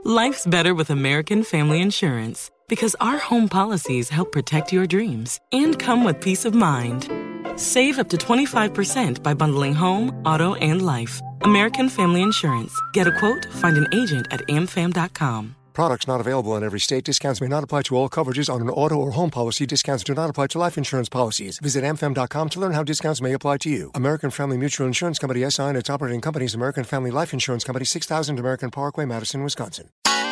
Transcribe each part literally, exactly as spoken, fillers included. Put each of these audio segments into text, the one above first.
Life's better with American Family Insurance because our home policies help protect your dreams and come with peace of mind. Save up to twenty-five percent by bundling home, auto, and life. American Family Insurance. Get a quote, find an agent at a m fam dot com. Products not available in every state. Discounts may not apply to all coverages on an auto or home policy. Discounts do not apply to life insurance policies. Visit a m fam dot com to learn how discounts may apply to you. American Family Mutual Insurance Company, S I and its operating companies, American Family Life Insurance Company, six thousand American Parkway, Madison, Wisconsin.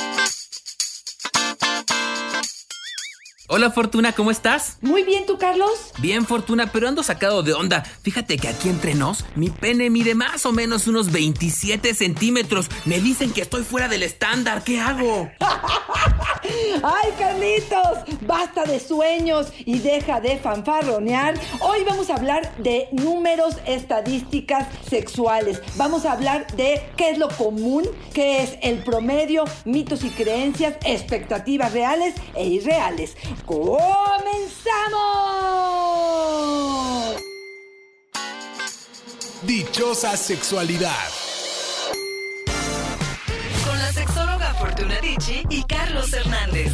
Hola Fortuna, ¿cómo estás? Muy bien, ¿tú, Carlos? Bien, Fortuna, pero ando sacado de onda. Fíjate que aquí entre nos, mi pene mide más o menos unos veintisiete centímetros. Me dicen que estoy fuera del estándar. ¿Qué hago? ¡Ay, Carlitos! Basta de sueños y deja de fanfarronear. Hoy vamos a hablar de números, estadísticas sexuales. Vamos a hablar de qué es lo común, qué es el promedio, mitos y creencias, expectativas reales e irreales. ¡Comenzamos! Dichosa sexualidad. Con la sexóloga Fortuna Dicci y Carlos Hernández.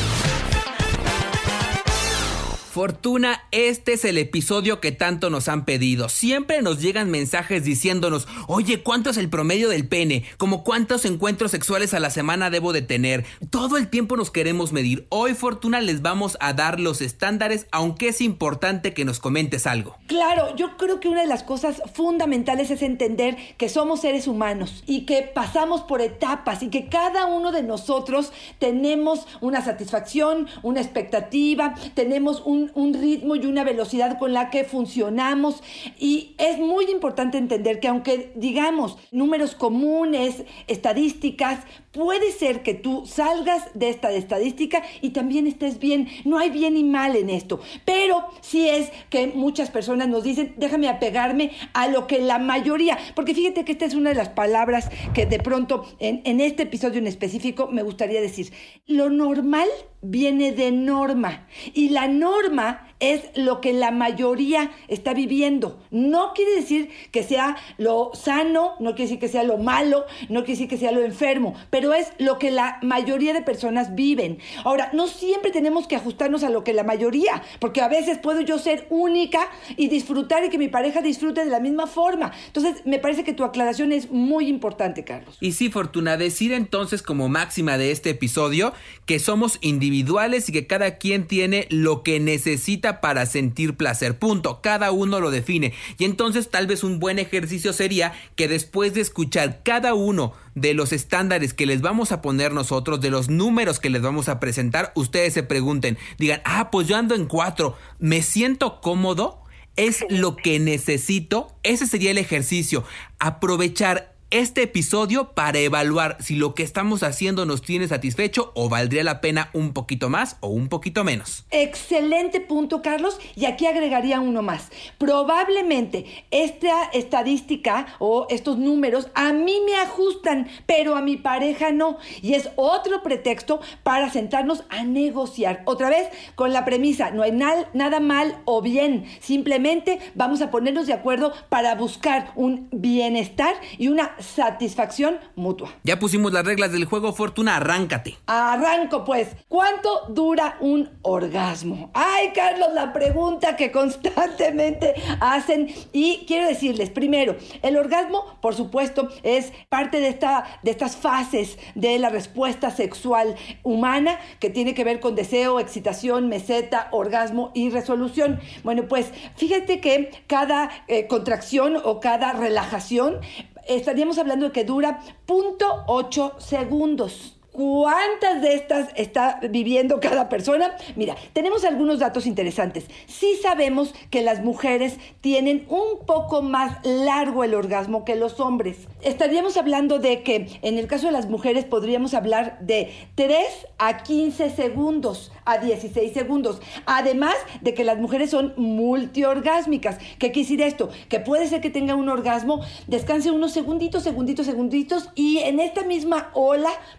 Fortuna, este es el episodio que tanto nos han pedido. Siempre nos llegan mensajes diciéndonos: oye, ¿cuánto es el promedio del pene? ¿Cómo cuántos encuentros sexuales a la semana debo de tener? Todo el tiempo nos queremos medir. Hoy, Fortuna, les vamos a dar los estándares, aunque es importante que nos comentes algo. Claro, yo creo que una de las cosas fundamentales es entender que somos seres humanos y que pasamos por etapas y que cada uno de nosotros tenemos una satisfacción, una expectativa, tenemos un un ritmo y una velocidad con la que funcionamos, y es muy importante entender que aunque digamos números comunes, estadísticas, puede ser que tú salgas de esta estadística y también estés bien. No hay bien y mal en esto, pero sí es que muchas personas nos dicen: déjame apegarme a lo que la mayoría, porque fíjate que esta es una de las palabras que de pronto en, en este episodio en específico me gustaría decir. Lo normal viene de norma, y la norma es lo que la mayoría está viviendo. No quiere decir que sea lo sano, no quiere decir que sea lo malo, no quiere decir que sea lo enfermo, pero es lo que la mayoría de personas viven. Ahora, no siempre tenemos que ajustarnos a lo que la mayoría, porque a veces puedo yo ser única y disfrutar y que mi pareja disfrute de la misma forma. Entonces, me parece que tu aclaración es muy importante, Carlos. Y sí, Fortuna, decir entonces como máxima de este episodio que somos individuales y que cada quien tiene lo que necesita para sentir placer, punto. Cada uno lo define. Y entonces tal vez un buen ejercicio sería que después de escuchar cada uno de los estándares que les vamos a poner nosotros, de los números que les vamos a presentar, ustedes se pregunten, digan: ah, pues yo ando en cuatro, ¿me siento cómodo? ¿Es lo que necesito? Ese sería el ejercicio. Aprovechar este episodio para evaluar si lo que estamos haciendo nos tiene satisfecho o valdría la pena un poquito más o un poquito menos. Excelente punto, Carlos, y aquí agregaría uno más. Probablemente esta estadística o estos números a mí me ajustan, pero a mi pareja no, y es otro pretexto para sentarnos a negociar. Otra vez con la premisa: no hay na- nada mal o bien, simplemente vamos a ponernos de acuerdo para buscar un bienestar y una satisfacción mutua. Ya pusimos las reglas del juego, Fortuna, arráncate. Arranco pues. ¿Cuánto dura un orgasmo? Ay, Carlos, la pregunta que constantemente hacen, y quiero decirles, primero, el orgasmo, por supuesto, es parte de, esta, de estas fases de la respuesta sexual humana que tiene que ver con deseo, excitación, meseta, orgasmo y resolución. Bueno, pues fíjate que cada eh, contracción o cada relajación estaríamos hablando de que dura punto ocho segundos. ¿Cuántas de estas está viviendo cada persona? Mira, tenemos algunos datos interesantes. Sí sabemos que las mujeres tienen un poco más largo el orgasmo que los hombres. Estaríamos hablando de que en el caso de las mujeres podríamos hablar de tres a quince segundos, a dieciséis segundos. Además de que las mujeres son multiorgásmicas. ¿Qué quiere decir esto? Que puede ser que tenga un orgasmo, descanse unos segunditos, segunditos, segunditos, y en esta misma ola pueda pescar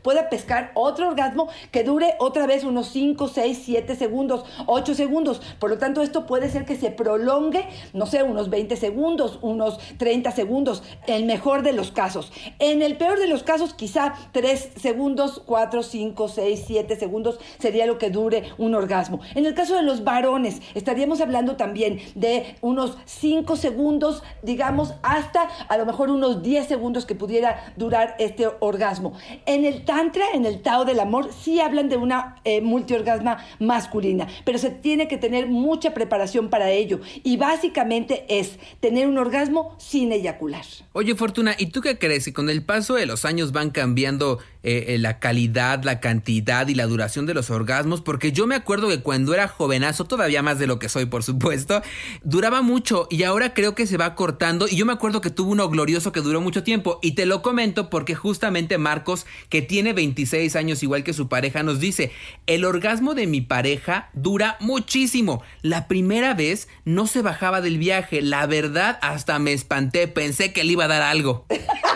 buscar otro orgasmo que dure otra vez unos cinco, seis, siete segundos, ocho segundos. Por lo tanto, esto puede ser que se prolongue, no sé, unos veinte segundos, unos treinta segundos, el mejor de los casos. En el peor de los casos, quizá tres segundos, cuatro, cinco, seis, siete segundos sería lo que dure un orgasmo. En el caso de los varones, estaríamos hablando también de unos cinco segundos, digamos, hasta a lo mejor unos diez segundos que pudiera durar este orgasmo. En el tantra, en el Tao del amor, sí hablan de una eh, multiorgasma masculina, pero se tiene que tener mucha preparación para ello y básicamente es tener un orgasmo sin eyacular. Oye, Fortuna, ¿y tú qué crees? ¿Que con el paso de los años van cambiando eh, eh, la calidad, la cantidad y la duración de los orgasmos? Porque yo me acuerdo que cuando era jovenazo, todavía más de lo que soy, por supuesto, duraba mucho y ahora creo que se va cortando. Y yo me acuerdo que tuve uno glorioso que duró mucho tiempo. Y te lo comento porque justamente Marcos, que tiene veintiséis años igual que su pareja, nos dice: el orgasmo de mi pareja dura muchísimo. La primera vez no se bajaba del viaje. La verdad, hasta me espanté. Pensé que le iba a dar algo.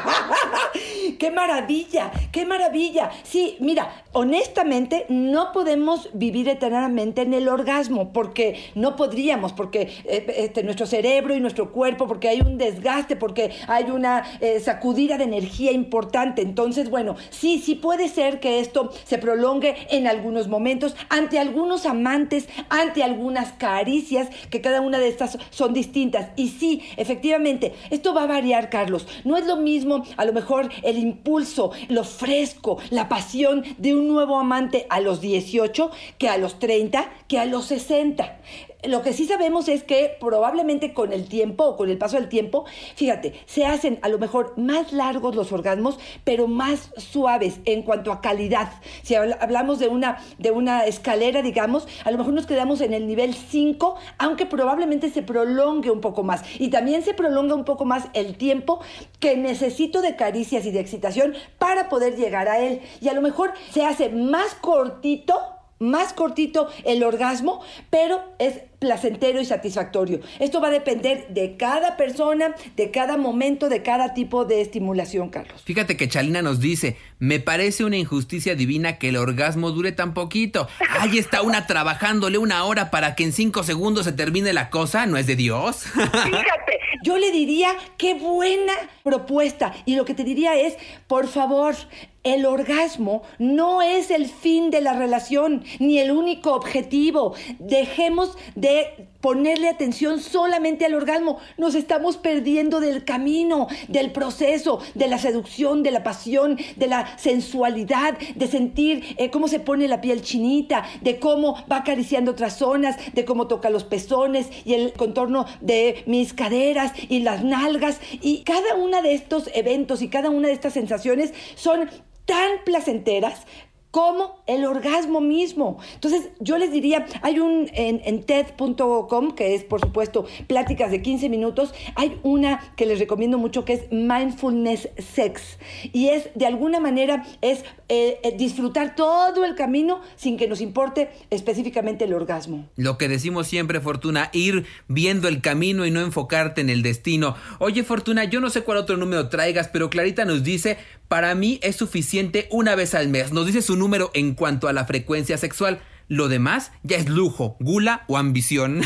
¡Qué maravilla! ¡Qué maravilla! Sí, mira, honestamente no podemos vivir eternamente en el orgasmo porque no podríamos, porque eh, este, nuestro cerebro y nuestro cuerpo, porque hay un desgaste, porque hay una eh, sacudida de energía importante. Entonces, bueno, sí, sí puede ser que esto se prolongue en algunos momentos, ante algunos amantes, ante algunas caricias, que cada una de estas son distintas. Y sí, efectivamente, esto va a variar, Carlos. No es lo mismo, a lo mejor, el impulso, lo fresco, la pasión de un nuevo amante a los dieciocho que a los treinta, que a los sesenta. Lo que sí sabemos es que probablemente con el tiempo o con el paso del tiempo, fíjate, se hacen a lo mejor más largos los orgasmos, pero más suaves en cuanto a calidad. Si hablamos de una, de una escalera, digamos, a lo mejor nos quedamos en el nivel cinco, aunque probablemente se prolongue un poco más. Y también se prolonga un poco más el tiempo que necesito de caricias y de excitación para poder llegar a él. Y a lo mejor se hace más cortito, más cortito el orgasmo, pero es placentero y satisfactorio. Esto va a depender de cada persona, de cada momento, de cada tipo de estimulación, Carlos. Fíjate que Chalina nos dice: me parece una injusticia divina que el orgasmo dure tan poquito. Ahí está una trabajándole una hora para que en cinco segundos se termine la cosa. ¿No es de Dios? Fíjate, yo le diría, qué buena propuesta. Y lo que te diría es, por favor, el orgasmo no es el fin de la relación, ni el único objetivo. Dejemos de ponerle atención solamente al orgasmo. Nos estamos perdiendo del camino, del proceso, de la seducción, de la pasión, de la sensualidad, de sentir eh, cómo se pone la piel chinita, de cómo va acariciando otras zonas, de cómo toca los pezones y el contorno de mis caderas y las nalgas. Y cada uno de estos eventos y cada una de estas sensaciones son tan placenteras como el orgasmo mismo. Entonces, yo les diría, hay un en, en T E D punto com, que es, por supuesto, pláticas de quince minutos, hay una que les recomiendo mucho que es Mindfulness Sex. Y es, de alguna manera, es eh, eh, disfrutar todo el camino sin que nos importe específicamente el orgasmo. Lo que decimos siempre, Fortuna, ir viendo el camino y no enfocarte en el destino. Oye, Fortuna, yo no sé cuál otro número traigas, pero Clarita nos dice: para mí es suficiente una vez al mes. Nos dice su número en cuanto a la frecuencia sexual. Lo demás ya es lujo, gula o ambición.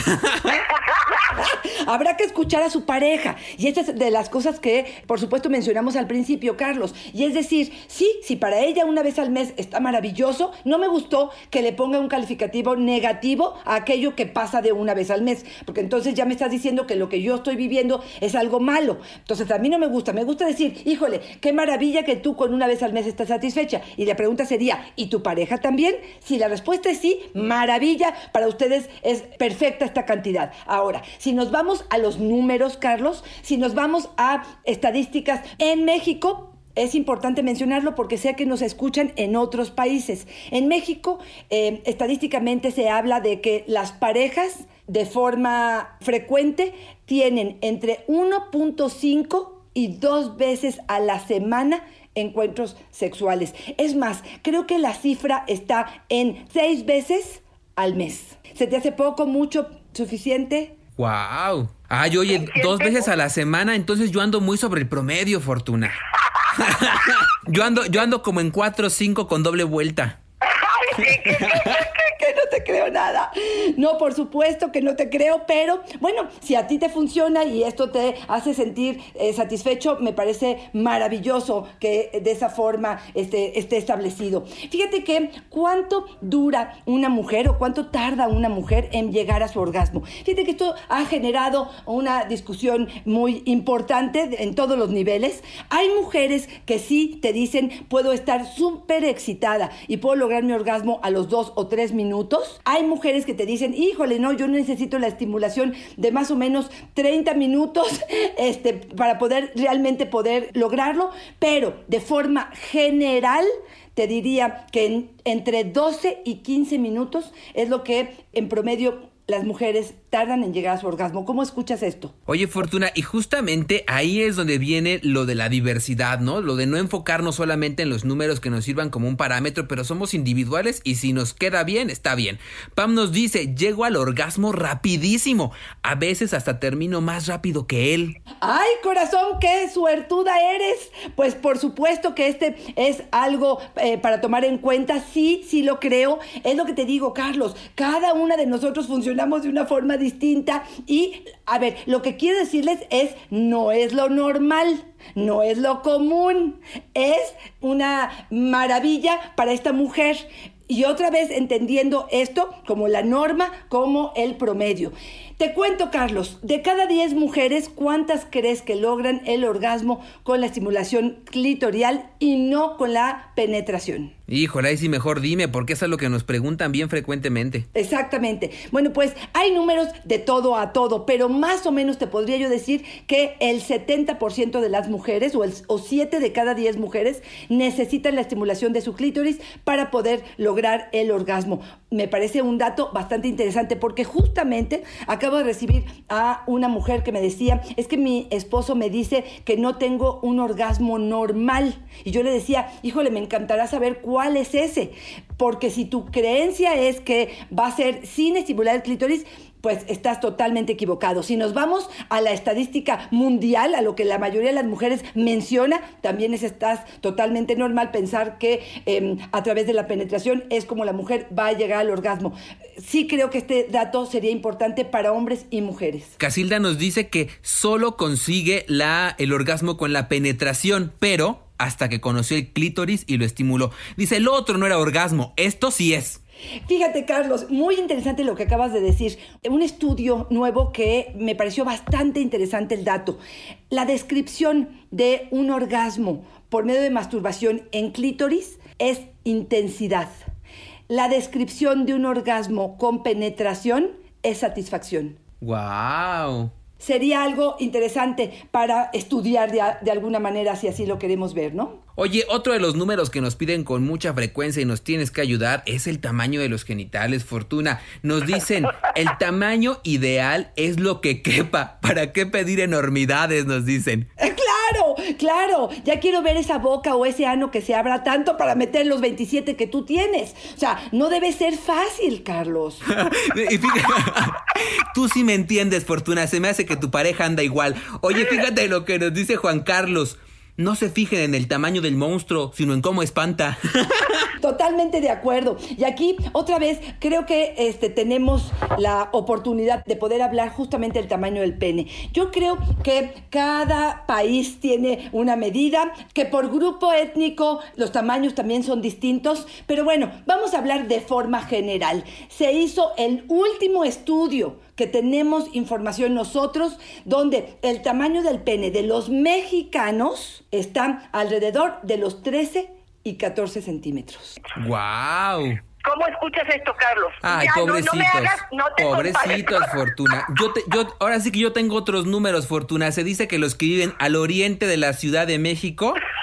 Habrá que escuchar a su pareja. Y esta es de las cosas que, por supuesto, mencionamos al principio, Carlos. Y es decir, sí, si para ella una vez al mes está maravilloso, no me gustó que le ponga un calificativo negativo a aquello que pasa de una vez al mes. Porque entonces ya me estás diciendo que lo que yo estoy viviendo es algo malo. Entonces a mí no me gusta. Me gusta decir, híjole, qué maravilla que tú con una vez al mes estás satisfecha. Y la pregunta sería, ¿y tu pareja también? Si la respuesta es sí, maravilla, para ustedes es perfecta esta cantidad. Ahora, si nos vamos a los números, Carlos, si nos vamos a estadísticas en México, es importante mencionarlo porque sé que nos escuchan en otros países. En México, eh, estadísticamente se habla de que las parejas de forma frecuente tienen entre uno punto cinco y dos veces a la semana encuentros sexuales. Es más, creo que la cifra está en seis veces al mes. ¿Se te hace poco, mucho, suficiente? ¡Wow! Ay, oye, dos veces a la semana, entonces yo ando muy sobre el promedio, Fortuna. yo ando, yo ando como en cuatro o cinco con doble vuelta. Ay, sí, que, que, que, que no te creo nada. No, por supuesto que no te creo, pero bueno, si a ti te funciona y esto te hace sentir eh, satisfecho, me parece maravilloso que de esa forma esté, esté establecido. Fíjate que cuánto dura una mujer o cuánto tarda una mujer en llegar a su orgasmo. Fíjate que esto ha generado una discusión muy importante en todos los niveles. Hay mujeres que sí te dicen, puedo estar súper excitada y puedo lograr mi orgasmo a los dos o tres minutos. Hay mujeres que te dicen, híjole, no, yo necesito la estimulación de más o menos treinta minutos este, para poder realmente poder lograrlo, pero de forma general te diría que en, entre doce y quince minutos es lo que en promedio las mujeres tardan en llegar a su orgasmo. ¿Cómo escuchas esto? Oye, Fortuna, y justamente ahí es donde viene lo de la diversidad, ¿no? Lo de no enfocarnos solamente en los números que nos sirvan como un parámetro, pero somos individuales y si nos queda bien, está bien. Pam nos dice, llego al orgasmo rapidísimo. A veces hasta termino más rápido que él. ¡Ay, corazón, qué suertuda eres! Pues por supuesto que este es algo eh, para tomar en cuenta. Sí, sí lo creo. Es lo que te digo, Carlos. Cada una de nosotros funcionamos de una forma distinta y, a ver, lo que quiero decirles es, no es lo normal, no es lo común, es una maravilla para esta mujer. Y otra vez entendiendo esto como la norma, como el promedio. Te cuento, Carlos, de cada diez mujeres, ¿cuántas crees que logran el orgasmo con la estimulación clitorial y no con la penetración? Híjole, ahí sí mejor dime, porque eso es lo que nos preguntan bien frecuentemente. Exactamente. Bueno, pues hay números de todo a todo, pero más o menos te podría yo decir que el setenta por ciento de las mujeres, o, el, o siete de cada diez mujeres, necesitan la estimulación de su clítoris para poder lograr el orgasmo. Me parece un dato bastante interesante, porque justamente acabo de recibir a una mujer que me decía, es que mi esposo me dice que no tengo un orgasmo normal. Y yo le decía, híjole, me encantará saber cuál ¿Cuál es ese? Porque si tu creencia es que va a ser sin estimular el clítoris, pues estás totalmente equivocado. Si nos vamos a la estadística mundial, a lo que la mayoría de las mujeres menciona, también es, estás totalmente normal pensar que eh, a través de la penetración es como la mujer va a llegar al orgasmo. Sí creo que este dato sería importante para hombres y mujeres. Casilda nos dice que solo consigue la, el orgasmo con la penetración, pero hasta que conoció el clítoris y lo estimuló. Dice, el otro no era orgasmo, esto sí es. Fíjate, Carlos, muy interesante lo que acabas de decir. Un estudio nuevo que me pareció bastante interesante el dato. La descripción de un orgasmo por medio de masturbación en clítoris es intensidad. La descripción de un orgasmo con penetración es satisfacción. ¡Guau! Sería algo interesante para estudiar de, de alguna manera, si así lo queremos ver, ¿no? Oye, otro de los números que nos piden con mucha frecuencia y nos tienes que ayudar es el tamaño de los genitales, Fortuna. Nos dicen, el tamaño ideal es lo que quepa. ¿Para qué pedir enormidades? Nos dicen. ¡Claro! ¡Claro! Ya quiero ver esa boca o ese ano que se abra tanto para meter los veintisiete que tú tienes. O sea, no debe ser fácil, Carlos. Y fíjate, tú sí me entiendes, Fortuna. Se me hace que tu pareja anda igual. Oye, fíjate lo que nos dice Juan Carlos. No se fijen en el tamaño del monstruo, sino en cómo espanta. Totalmente de acuerdo. Y aquí, otra vez, creo que este, tenemos la oportunidad de poder hablar justamente del tamaño del pene. Yo creo que cada país tiene una medida, que por grupo étnico los tamaños también son distintos. Pero bueno, vamos a hablar de forma general. Se hizo el último estudio que tenemos información nosotros, donde el tamaño del pene de los mexicanos está alrededor de los trece y catorce centímetros. ¡Guau! ¿Cómo escuchas esto, Carlos? Ay, ya, pobrecitos, no, no me hagas, no te pobrecitos, compares. Fortuna. Yo te, yo, ahora sí que yo tengo otros números, Fortuna. Se dice que los que viven al oriente de la Ciudad de México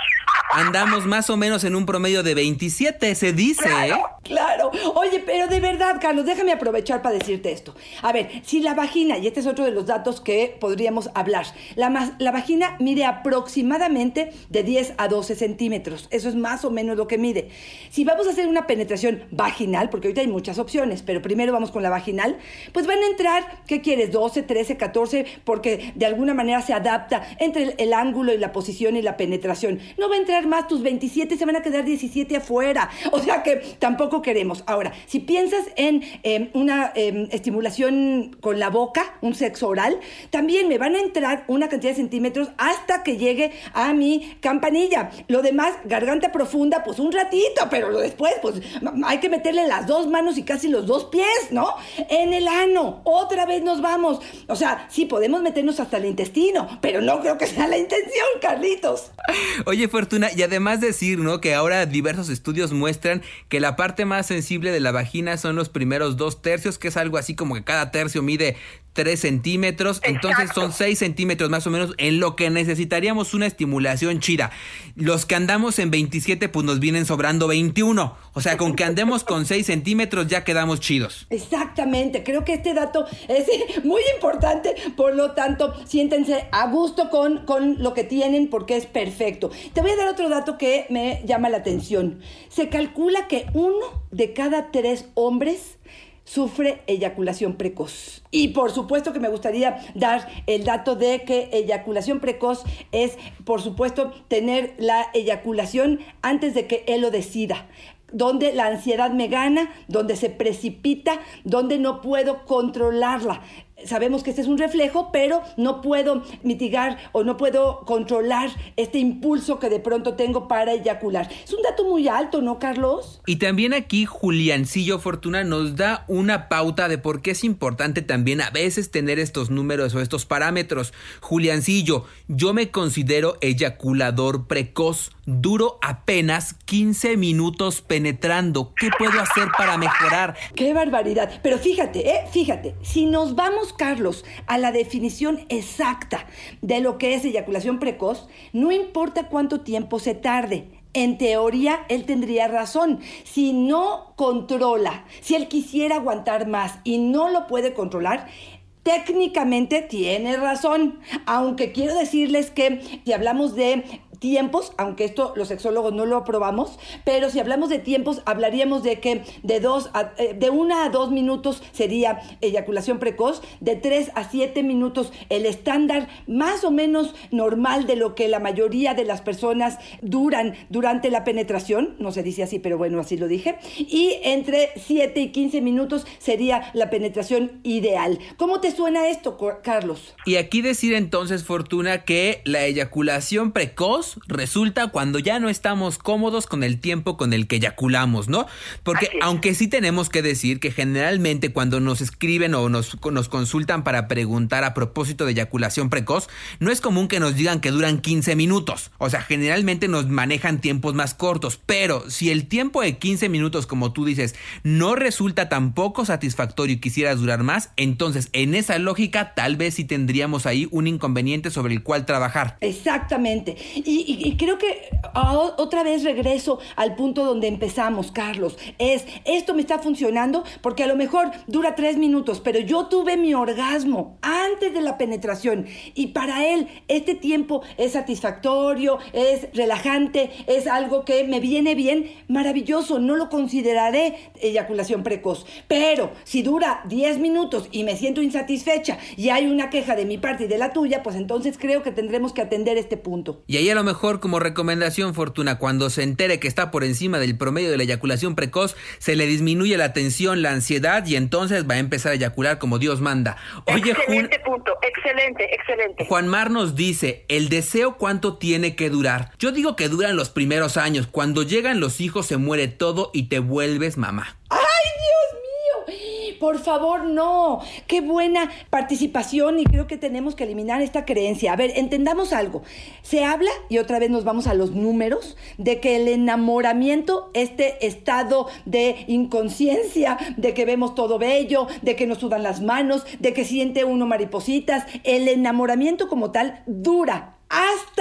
andamos más o menos en un promedio de veintisiete, se dice, ¿eh? Claro. Oye, pero de verdad, Carlos, déjame aprovechar para decirte esto. A ver, si la vagina, y este es otro de los datos que podríamos hablar, la, mas, la vagina mide aproximadamente de diez a doce centímetros. Eso es más o menos lo que mide. Si vamos a hacer una penetración vaginal, porque ahorita hay muchas opciones, pero primero vamos con la vaginal, pues van a entrar, ¿qué quieres? doce, trece, catorce, porque de alguna manera se adapta entre el, el ángulo y la posición y la penetración. No va a entrar más tus veintisiete, se van a quedar diecisiete afuera. O sea que tampoco queremos. Ahora, si piensas en eh, una eh, estimulación con la boca, un sexo oral, también me van a entrar una cantidad de centímetros hasta que llegue a mi campanilla. Lo demás, garganta profunda, pues un ratito, pero lo después, pues hay que meterle las dos manos y casi los dos pies, ¿no? En el ano, otra vez nos vamos. O sea, sí podemos meternos hasta el intestino, pero no creo que sea la intención, Carlitos. Oye, Fortuna, y además decir, ¿no?, que ahora diversos estudios muestran que la parte más sensible de la vagina son los primeros dos tercios, que es algo así como que cada tercio mide tres centímetros, entonces Exacto. son seis centímetros más o menos en lo que necesitaríamos una estimulación chida. Los que andamos en veintisiete, pues nos vienen sobrando veintiuno. O sea, con que andemos con seis centímetros ya quedamos chidos. Exactamente, creo que este dato es muy importante, por lo tanto, siéntense a gusto con, con lo que tienen porque es perfecto. Te voy a dar otro dato que me llama la atención. Se calcula que uno de cada tres hombres sufre eyaculación precoz. Y por supuesto que me gustaría dar el dato de que eyaculación precoz es, por supuesto, tener la eyaculación antes de que él lo decida, donde la ansiedad me gana, donde se precipita, donde no puedo controlarla. Sabemos que este es un reflejo, pero no puedo mitigar o no puedo controlar este impulso que de pronto tengo para eyacular. Es un dato muy alto, ¿no, Carlos? Y también aquí Juliancillo Fortuna nos da una pauta de por qué es importante también a veces tener estos números o estos parámetros. Juliancillo, yo me considero eyaculador precoz. Duro apenas quince minutos penetrando. ¿Qué puedo hacer para mejorar? ¡Qué barbaridad! Pero fíjate, ¿eh? Fíjate, si nos vamos, Carlos, a la definición exacta de lo que es eyaculación precoz, no importa cuánto tiempo se tarde. En teoría, él tendría razón. Si no controla, si él quisiera aguantar más y no lo puede controlar, técnicamente tiene razón. Aunque quiero decirles que si hablamos de tiempos, aunque esto los sexólogos no lo aprobamos, pero si hablamos de tiempos, hablaríamos de que de dos a, de una a dos minutos sería eyaculación precoz, de tres a siete minutos el estándar más o menos normal de lo que la mayoría de las personas duran durante la penetración, no se dice así, pero bueno, así lo dije, y entre siete y quince minutos sería la penetración ideal. ¿Cómo te suena esto, Carlos? Y aquí decir entonces, Fortuna, que la eyaculación precoz resulta cuando ya no estamos cómodos con el tiempo con el que eyaculamos, ¿no? Porque aunque sí tenemos que decir que generalmente cuando nos escriben o nos, nos consultan para preguntar a propósito de eyaculación precoz, no es común que nos digan que duran quince minutos. O sea, generalmente nos manejan tiempos más cortos, pero si el tiempo de quince minutos, como tú dices, no resulta tampoco satisfactorio y quisieras durar más, entonces en esa lógica tal vez sí tendríamos ahí un inconveniente sobre el cual trabajar. Exactamente. Y Y, y creo que oh, otra vez regreso al punto donde empezamos, Carlos. Es, esto me está funcionando porque a lo mejor dura tres minutos, pero yo tuve mi orgasmo antes de la penetración y para él este tiempo es satisfactorio, es relajante, es algo que me viene bien, maravilloso, no lo consideraré eyaculación precoz. Pero si dura diez minutos y me siento insatisfecha y hay una queja de mi parte y de la tuya, pues entonces creo que tendremos que atender este punto. Y ahí a lo mejor como recomendación, Fortuna, cuando se entere que está por encima del promedio de la eyaculación precoz, se le disminuye la tensión, la ansiedad y entonces va a empezar a eyacular como Dios manda. Oye, excelente Jun... punto, excelente, excelente. Juan Mar nos dice, ¿el deseo cuánto tiene que durar? Yo digo que duran los primeros años. Cuando llegan los hijos se muere todo y te vuelves mamá. ¡Ay, Dios mío! Por favor, no. Qué buena participación y creo que tenemos que eliminar esta creencia. A ver, entendamos algo. Se habla, y otra vez nos vamos a los números, de que el enamoramiento, este estado de inconsciencia, de que vemos todo bello, de que nos sudan las manos, de que siente uno maripositas, el enamoramiento como tal dura hasta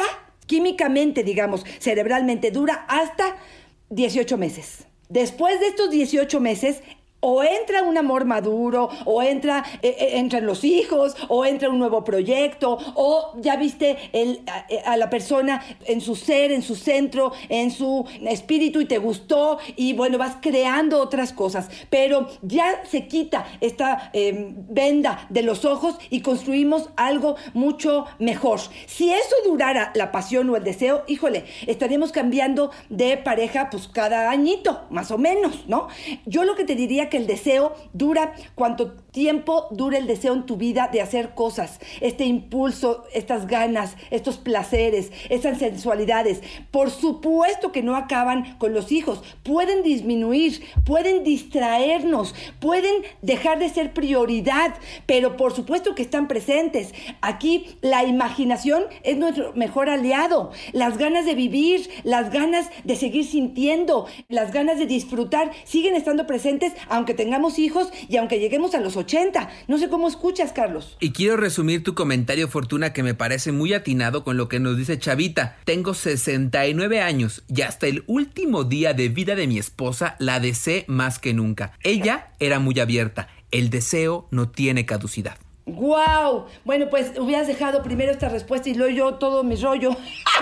químicamente, digamos, cerebralmente, dura hasta dieciocho meses. Después de estos dieciocho meses, o entra un amor maduro, o entra, eh, eh, entran los hijos, o entra un nuevo proyecto, o ya viste el, a, a la persona en su ser, en su centro, en su espíritu y te gustó, y bueno, vas creando otras cosas. Pero ya se quita esta eh, venda de los ojos y construimos algo mucho mejor. Si eso durara la pasión o el deseo, híjole, estaríamos cambiando de pareja pues cada añito, más o menos, ¿no? Yo lo que te diría que el deseo dura cuanto tiempo dura el deseo en tu vida de hacer cosas, este impulso, estas ganas, estos placeres, estas sensualidades. Por supuesto que no acaban con los hijos, pueden disminuir, pueden distraernos, pueden dejar de ser prioridad, pero por supuesto que están presentes. Aquí la imaginación es nuestro mejor aliado, las ganas de vivir, las ganas de seguir sintiendo, las ganas de disfrutar siguen estando presentes aunque tengamos hijos y aunque lleguemos a los ochenta. No sé cómo escuchas, Carlos. Y quiero resumir tu comentario, Fortuna, que me parece muy atinado con lo que nos dice Chavita. Tengo sesenta y nueve años y hasta el último día de vida de mi esposa la deseé más que nunca. Ella era muy abierta. El deseo no tiene caducidad. ¡Guau! Bueno, pues hubieras dejado primero esta respuesta y luego yo todo mi rollo.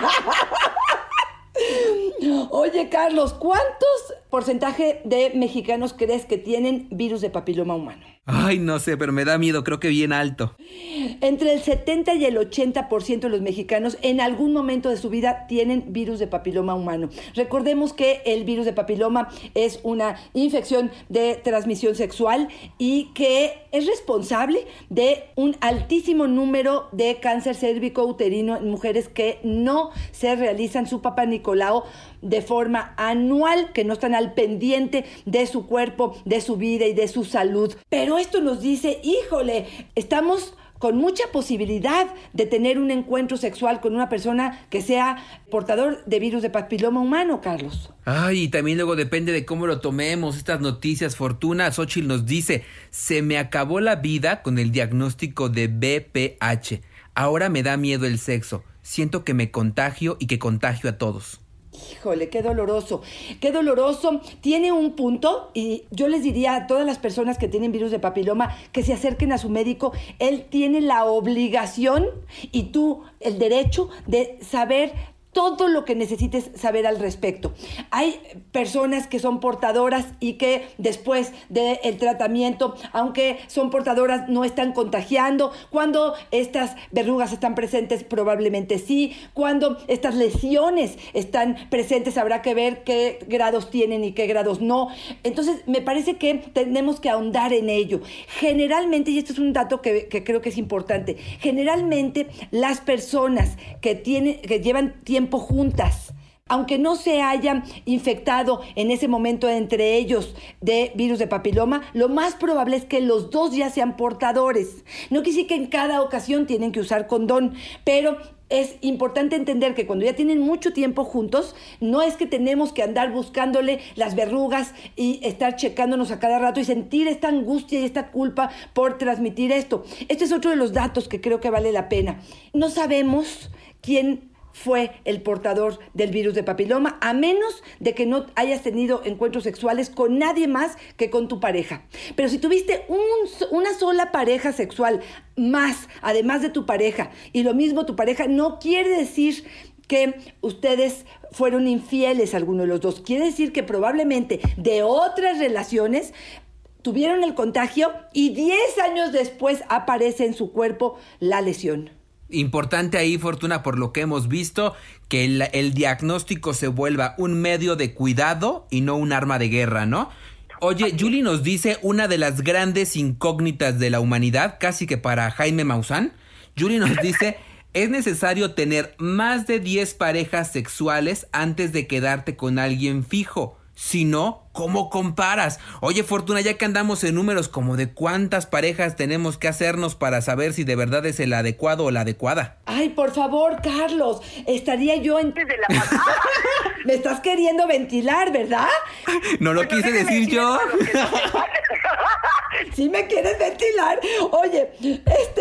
Oye, Carlos, ¿cuántos porcentaje de mexicanos crees que tienen virus de papiloma humano? Ay, no sé, pero me da miedo, creo que bien alto. Entre el setenta y el ochenta por ciento de los mexicanos en algún momento de su vida tienen virus de papiloma humano. Recordemos que el virus de papiloma es una infección de transmisión sexual y que es responsable de un altísimo número de cáncer cérvico-uterino en mujeres que no se realizan su Papá Nicolau de forma anual, que no están al pendiente de su cuerpo, de su vida y de su salud. Pero esto nos dice, híjole, estamos con mucha posibilidad de tener un encuentro sexual con una persona que sea portador de virus de papiloma humano, Carlos. Ay, y también luego depende de cómo lo tomemos, estas noticias. Fortuna, Xochitl nos dice, se me acabó la vida con el diagnóstico de B P H. Ahora me da miedo el sexo. Siento que me contagio y que contagio a todos. Híjole, qué doloroso, qué doloroso. Tiene un punto y yo les diría a todas las personas que tienen virus de papiloma que se acerquen a su médico. Él tiene la obligación y tú el derecho de saber todo lo que necesites saber al respecto. Hay personas que son portadoras y que después del tratamiento, aunque son portadoras, no están contagiando. Cuando estas verrugas están presentes, probablemente sí. Cuando estas lesiones están presentes, habrá que ver qué grados tienen y qué grados no. Entonces, me parece que tenemos que ahondar en ello. Generalmente, y esto es un dato que, que creo que es importante, generalmente las personas que, tienen, que llevan tiempo juntas, aunque no se hayan infectado en ese momento entre ellos de virus de papiloma, lo más probable es que los dos ya sean portadores. No quiere decir que en cada ocasión tienen que usar condón, pero es importante entender que cuando ya tienen mucho tiempo juntos, no es que tenemos que andar buscándole las verrugas y estar checándonos a cada rato y sentir esta angustia y esta culpa por transmitir esto. Este es otro de los datos que creo que vale la pena. No sabemos quién fue el portador del virus de papiloma, a menos de que no hayas tenido encuentros sexuales con nadie más que con tu pareja. Pero si tuviste un, una sola pareja sexual más, además de tu pareja, y lo mismo tu pareja, no quiere decir que ustedes fueron infieles alguno de los dos. Quiere decir que probablemente de otras relaciones tuvieron el contagio y diez años después aparece en su cuerpo la lesión. Importante ahí, Fortuna, por lo que hemos visto, que el, el diagnóstico se vuelva un medio de cuidado y no un arma de guerra, ¿no? Oye, Julie nos dice una de las grandes incógnitas de la humanidad, casi que para Jaime Maussan. Julie nos dice, es necesario tener más de diez parejas sexuales antes de quedarte con alguien fijo. Si no, ¿cómo comparas? Oye, Fortuna, ya que andamos en números como de cuántas parejas tenemos que hacernos para saber si de verdad es el adecuado o la adecuada. Ay, por favor, Carlos, estaría yo en... Desde la pasada. Me estás queriendo ventilar, ¿verdad? No lo Pues no quise déjame decir yo. lo que no sepa. Sí me quieres ventilar. Oye, este,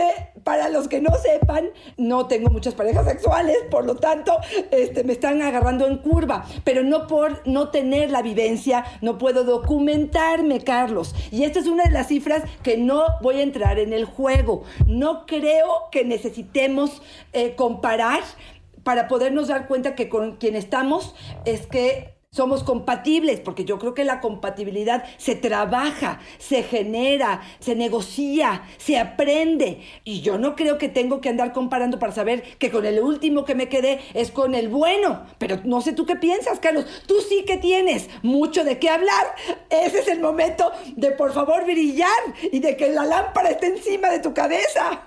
Para los que no sepan, no tengo muchas parejas sexuales, por lo tanto, este, me están agarrando en curva, pero no por no tener la vivencia, no puedo documentarme, Carlos. Y esta es una de las cifras que no voy a entrar en el juego. No creo que necesitemos eh, comparar para podernos dar cuenta que con quien estamos es que somos compatibles, porque yo creo que la compatibilidad se trabaja, se genera, se negocia, se aprende. Y yo no creo que tengo que andar comparando para saber que con el último que me quedé es con el bueno. Pero no sé tú qué piensas, Carlos. Tú sí que tienes mucho de qué hablar. Ese es el momento de, por favor, brillar y de que la lámpara esté encima de tu cabeza.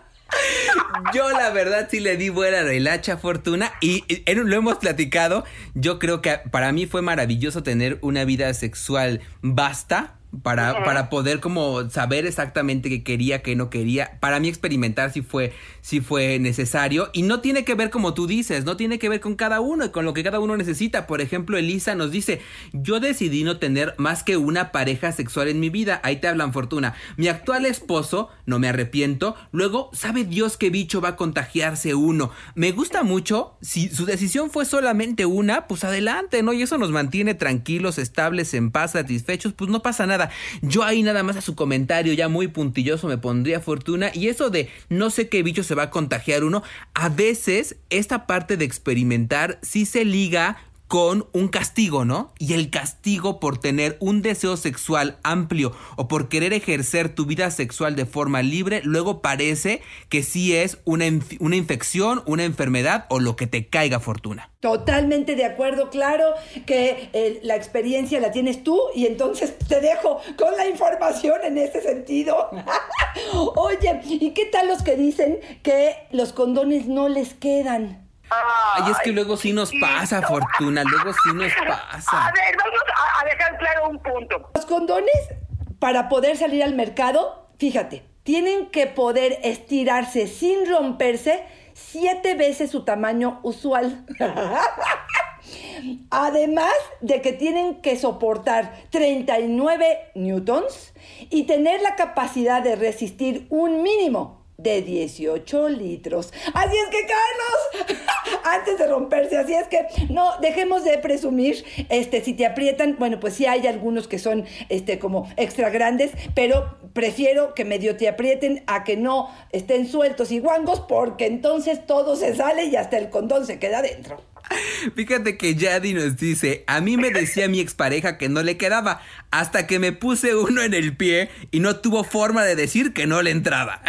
Yo la verdad sí le di buena relacha, Fortuna, y, y lo hemos platicado. Yo creo que para mí fue maravilloso tener una vida sexual vasta para, uh-huh. para poder como saber exactamente qué quería, qué no quería. Para mí experimentar sí fue, sí fue necesario, y no tiene que ver como tú dices, no tiene que ver con cada uno y con lo que cada uno necesita. Por ejemplo, Elisa nos dice: yo decidí no tener más que una pareja sexual en mi vida. Ahí te hablan, Fortuna. Mi actual esposo, no me arrepiento. Luego, sabe Dios qué bicho va a contagiarse uno. Me gusta mucho. Si su decisión fue solamente una, pues adelante, ¿no? Y eso nos mantiene tranquilos, estables, en paz, satisfechos, pues no pasa nada. Yo ahí nada más a su comentario ya muy puntilloso me pondría, Fortuna. Y eso de no sé qué bicho se va a contagiar uno, a veces esta parte de experimentar sí se liga con un castigo, ¿no? Y el castigo por tener un deseo sexual amplio o por querer ejercer tu vida sexual de forma libre, luego parece que sí es una, inf- una infección, una enfermedad o lo que te caiga, Fortuna. Totalmente de acuerdo, claro que eh, la experiencia la tienes tú y entonces te dejo con la información en ese sentido. Oye, ¿y qué tal los que dicen que los condones no les quedan? Ay, es que luego sí nos pasa, Fortuna, luego sí nos pasa. A ver, vamos a, a dejar claro un punto. Los condones, para poder salir al mercado, fíjate, tienen que poder estirarse sin romperse siete veces su tamaño usual. Además de que tienen que soportar treinta y nueve newtons y tener la capacidad de resistir un mínimo de dieciocho litros. Así es que, Carlos, antes de romperse, así es que no dejemos de presumir. Este, si te aprietan, bueno, pues sí hay algunos que son este como extra grandes, pero prefiero que medio te aprieten a que no estén sueltos y guangos, porque entonces todo se sale y hasta el condón se queda dentro. Fíjate que Yadi nos dice: a mí me decía mi expareja que no le quedaba, hasta que me puse uno en el pie y no tuvo forma de decir que no le entraba.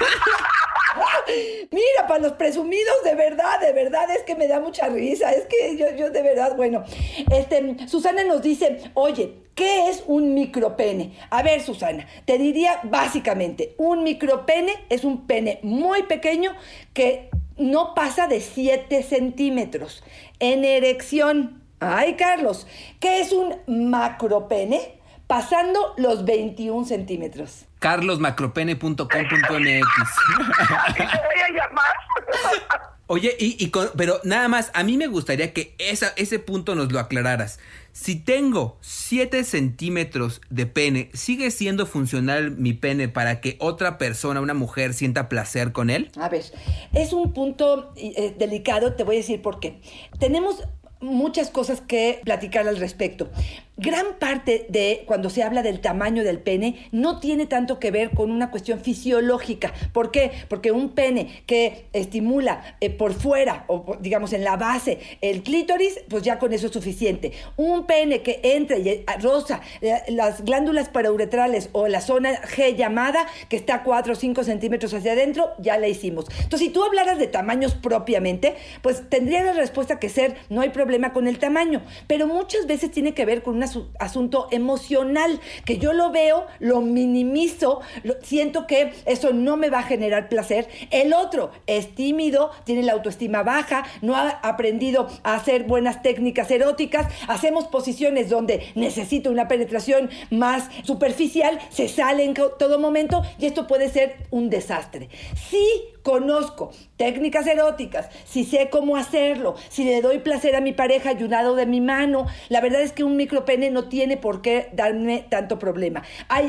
Mira, para los presumidos, de verdad, de verdad, es que me da mucha risa. Es que yo, yo de verdad, bueno, este, Susana nos dice: oye, ¿qué es un micropene? A ver, Susana, te diría básicamente, un micropene es un pene muy pequeño que no pasa de siete centímetros. En erección. Ay, Carlos, ¿qué es un macropene? Pasando los veintiún centímetros. carlos macropene punto com punto m x. ¿Te voy a llamar? Oye, y, y con, pero nada más, a mí me gustaría que esa, ese punto nos lo aclararas. Si tengo siete centímetros de pene, ¿sigue siendo funcional mi pene para que otra persona, una mujer, sienta placer con él? A ver, es un punto eh, delicado, te voy a decir por qué. Tenemos muchas cosas que platicar al respecto. Gran parte de cuando se habla del tamaño del pene no tiene tanto que ver con una cuestión fisiológica. ¿Por qué? Porque un pene que estimula eh, por fuera o digamos en la base el clítoris, pues ya con eso es suficiente. Un pene que entra y roza eh, las glándulas parauretrales o la zona G llamada, que está a cuatro o cinco centímetros hacia adentro, ya la hicimos. Entonces, si tú hablaras de tamaños propiamente, pues tendría la respuesta que ser: no hay problema con el tamaño. Pero muchas veces tiene que ver con una asunto emocional, que yo lo veo, lo minimizo, lo, siento que eso no me va a generar placer. El otro es tímido, tiene la autoestima baja, no ha aprendido a hacer buenas técnicas eróticas, hacemos posiciones donde necesito una penetración más superficial, se sale en todo momento y esto puede ser un desastre. Sí, conozco técnicas eróticas, si sé cómo hacerlo, si le doy placer a mi pareja ayudado de mi mano, la verdad es que un micropene no tiene por qué darme tanto problema. Hay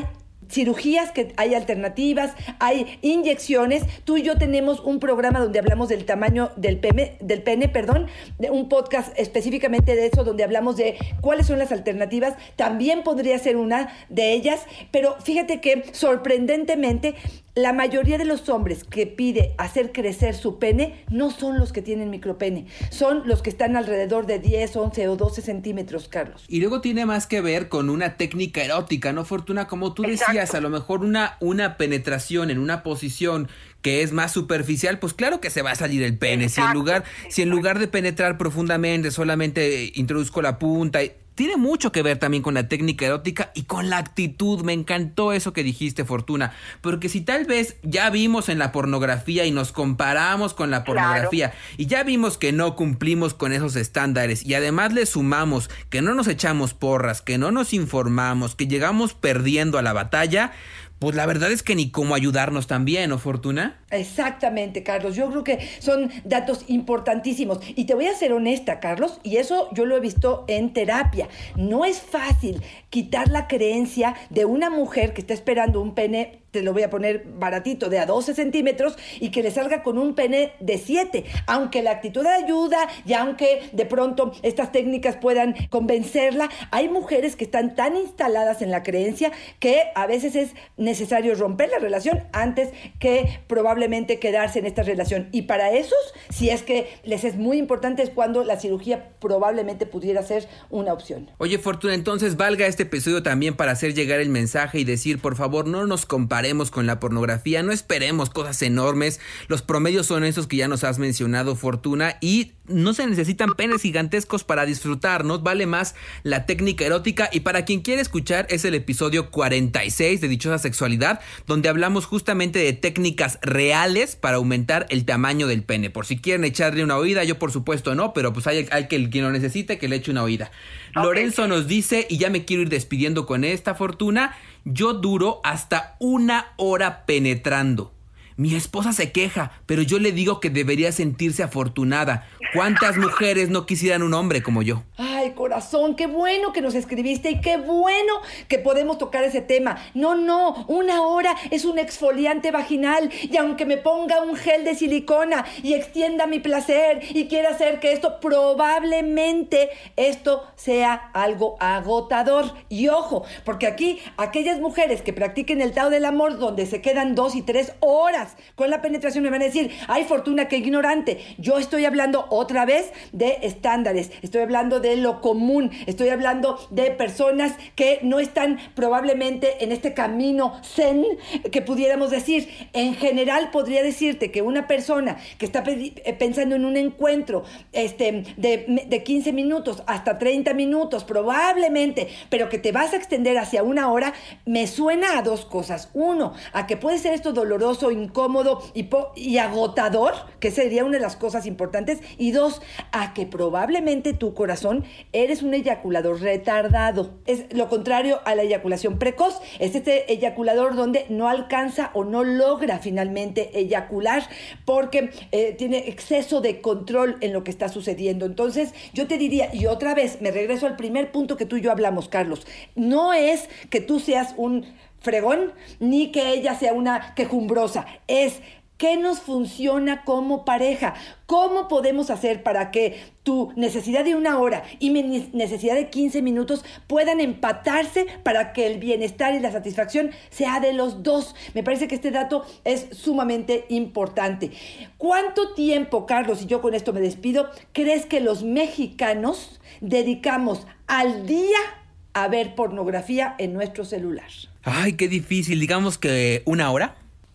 cirugías, que hay alternativas, hay inyecciones. Tú y yo tenemos un programa donde hablamos del tamaño del pene, del pene, perdón, de un podcast específicamente de eso, donde hablamos de cuáles son las alternativas. También podría ser una de ellas, pero fíjate que sorprendentemente la mayoría de los hombres que pide hacer crecer su pene no son los que tienen micropene, son los que están alrededor de diez, once o doce centímetros, Carlos. Y luego tiene más que ver con una técnica erótica, ¿no, Fortuna? Como tú decías, Exacto. a lo mejor una, una penetración en una posición que es más superficial, pues claro que se va a salir el pene. Si en lugar, si en lugar de penetrar profundamente solamente introduzco la punta, tiene mucho que ver también con la técnica erótica y con la actitud. Me encantó eso que dijiste, Fortuna, porque si tal vez ya vimos en la pornografía y nos comparamos con la pornografía, claro, y ya vimos que no cumplimos con esos estándares, y además le sumamos que no nos echamos porras, que no nos informamos, que llegamos perdiendo a la batalla, pues la verdad es que ni cómo ayudarnos también, ¿no, Fortuna? Exactamente, Carlos. Yo creo que son datos importantísimos. Y te voy a ser honesta, Carlos, y eso yo lo he visto en terapia. No es fácil quitar la creencia de una mujer que está esperando un pene, te lo voy a poner baratito, de a doce centímetros, y que le salga con un pene de siete. Aunque la actitud ayuda y aunque de pronto estas técnicas puedan convencerla, hay mujeres que están tan instaladas en la creencia que a veces es necesario romper la relación antes que probablemente quedarse en esta relación. Y para esos, si es que les es muy importante, es cuando la cirugía probablemente pudiera ser una opción. Oye, Fortuna, entonces valga este episodio también para hacer llegar el mensaje y decir, por favor, no nos comparemos con la pornografía, no esperemos cosas enormes. Los promedios son esos que ya nos has mencionado, Fortuna, y no se necesitan penes gigantescos para disfrutarnos, vale más la técnica erótica. Y para quien quiere escuchar, es el episodio cuarenta y seis de Dichosa Sexualidad, donde hablamos justamente de técnicas reales para aumentar el tamaño del pene. Por si quieren echarle una oída, yo por supuesto no, pero pues hay, hay que quien lo necesite que le eche una oída. Okay. Lorenzo nos dice, y ya me quiero ir despidiendo con esta, Fortuna, yo duro hasta una hora penetrando. Mi esposa se queja, pero yo le digo que debería sentirse afortunada. ¿Cuántas mujeres no quisieran un hombre como yo? Ay, corazón, qué bueno que nos escribiste y qué bueno que podemos tocar ese tema. No, no, una hora es un exfoliante vaginal, y aunque me ponga un gel de silicona y extienda mi placer y quiera hacer que esto, probablemente esto sea algo agotador. Y ojo, porque aquí aquellas mujeres que practiquen el Tao del Amor, donde se quedan dos y tres horas con la penetración, me van a decir, ay, Fortuna, qué ignorante. Yo estoy hablando otra vez de estándares, estoy hablando de lo común, estoy hablando de personas que no están probablemente en este camino zen, que pudiéramos decir. En general podría decirte que una persona que está pe- pensando en un encuentro este, de, de quince minutos hasta treinta minutos probablemente, pero que te vas a extender hacia una hora, me suena a dos cosas. Uno, a que puede ser esto doloroso, incómodo y, po- y agotador, que sería una de las cosas importantes. Y dos, a que probablemente tu corazón eres un eyaculador retardado. Es lo contrario a la eyaculación precoz. Es este eyaculador donde no alcanza o no logra finalmente eyacular porque eh, tiene exceso de control en lo que está sucediendo. Entonces yo te diría, y otra vez me regreso al primer punto que tú y yo hablamos, Carlos, no es que tú seas un fregón, ni que ella sea una quejumbrosa, es qué nos funciona como pareja, cómo podemos hacer para que tu necesidad de una hora y mi necesidad de quince minutos puedan empatarse para que el bienestar y la satisfacción sea de los dos. Me parece que este dato es sumamente importante. ¿Cuánto tiempo, Carlos, y yo con esto me despido, crees que los mexicanos dedicamos al día a ver pornografía en nuestro celular? Ay, qué difícil. Digamos que una hora.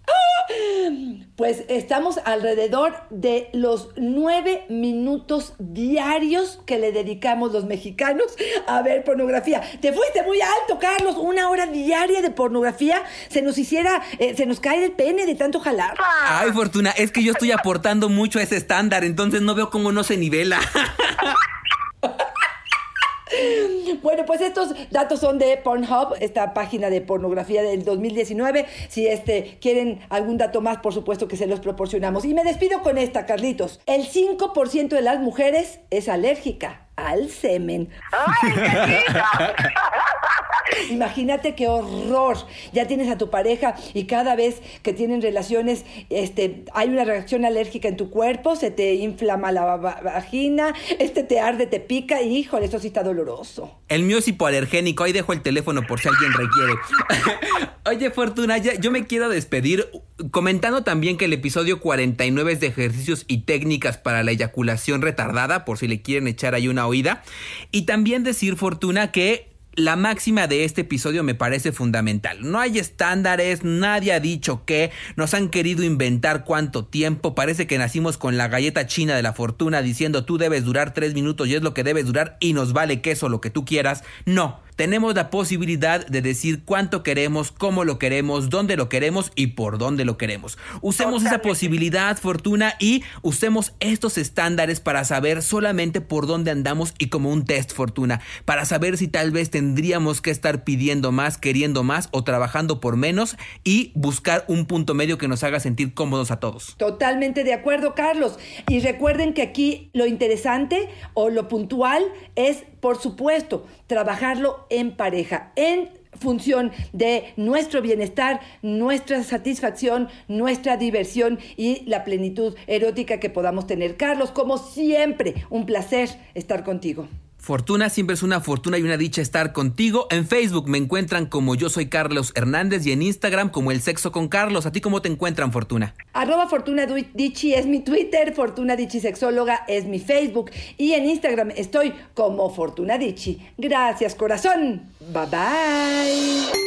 Pues estamos alrededor de los nueve minutos diarios que le dedicamos los mexicanos a ver pornografía. Te fuiste muy alto, Carlos. Una hora diaria de pornografía. Se nos hiciera, eh, se nos cae el pene de tanto jalar. Ay, Fortuna, es que yo estoy aportando mucho a ese estándar, entonces no veo cómo no se nivela. Bueno, pues estos datos son de Pornhub, esta página de pornografía del dos mil diecinueve. Si este quieren algún dato más, por supuesto que se los proporcionamos. Y me despido con esta, Carlitos. El cinco por ciento de las mujeres es alérgica al semen. ¡Ay, qué linda! Imagínate qué horror. Ya tienes a tu pareja y cada vez que tienen relaciones, este, hay una reacción alérgica en tu cuerpo, se te inflama la va- vagina, este te arde, te pica, y híjole, eso sí está doloroso. El mío es hipoalergénico, ahí dejo el teléfono por si alguien requiere. Oye, Fortuna, ya, yo me quiero despedir comentando también que el episodio cuarenta y nueve es de ejercicios y técnicas para la eyaculación retardada, por si le quieren echar ahí una oída. Y también decir, Fortuna, que la máxima de este episodio me parece fundamental. No hay estándares, nadie ha dicho que, nos han querido inventar cuánto tiempo. Parece que nacimos con la galleta china de la fortuna diciendo tú debes durar tres minutos y es lo que debes durar y nos vale queso lo que tú quieras. No. Tenemos la posibilidad de decir cuánto queremos, cómo lo queremos, dónde lo queremos y por dónde lo queremos. Usemos esa posibilidad, Fortuna, y usemos estos estándares para saber solamente por dónde andamos y como un test, Fortuna, para saber si tal vez tendríamos que estar pidiendo más, queriendo más o trabajando por menos y buscar un punto medio que nos haga sentir cómodos a todos. Totalmente de acuerdo, Carlos. Y recuerden que aquí lo interesante o lo puntual es, por supuesto, trabajarlo en pareja, en función de nuestro bienestar, nuestra satisfacción, nuestra diversión y la plenitud erótica que podamos tener. Carlos, como siempre, un placer estar contigo. Fortuna, siempre es una fortuna y una dicha estar contigo. En Facebook me encuentran como Yo Soy Carlos Hernández y en Instagram como El Sexo con Carlos. ¿A ti cómo te encuentran, Fortuna? Arroba Fortuna Dichi es mi Twitter, Fortuna Dichi Sexóloga es mi Facebook y en Instagram estoy como Fortuna Dichi. Gracias, corazón. Bye bye.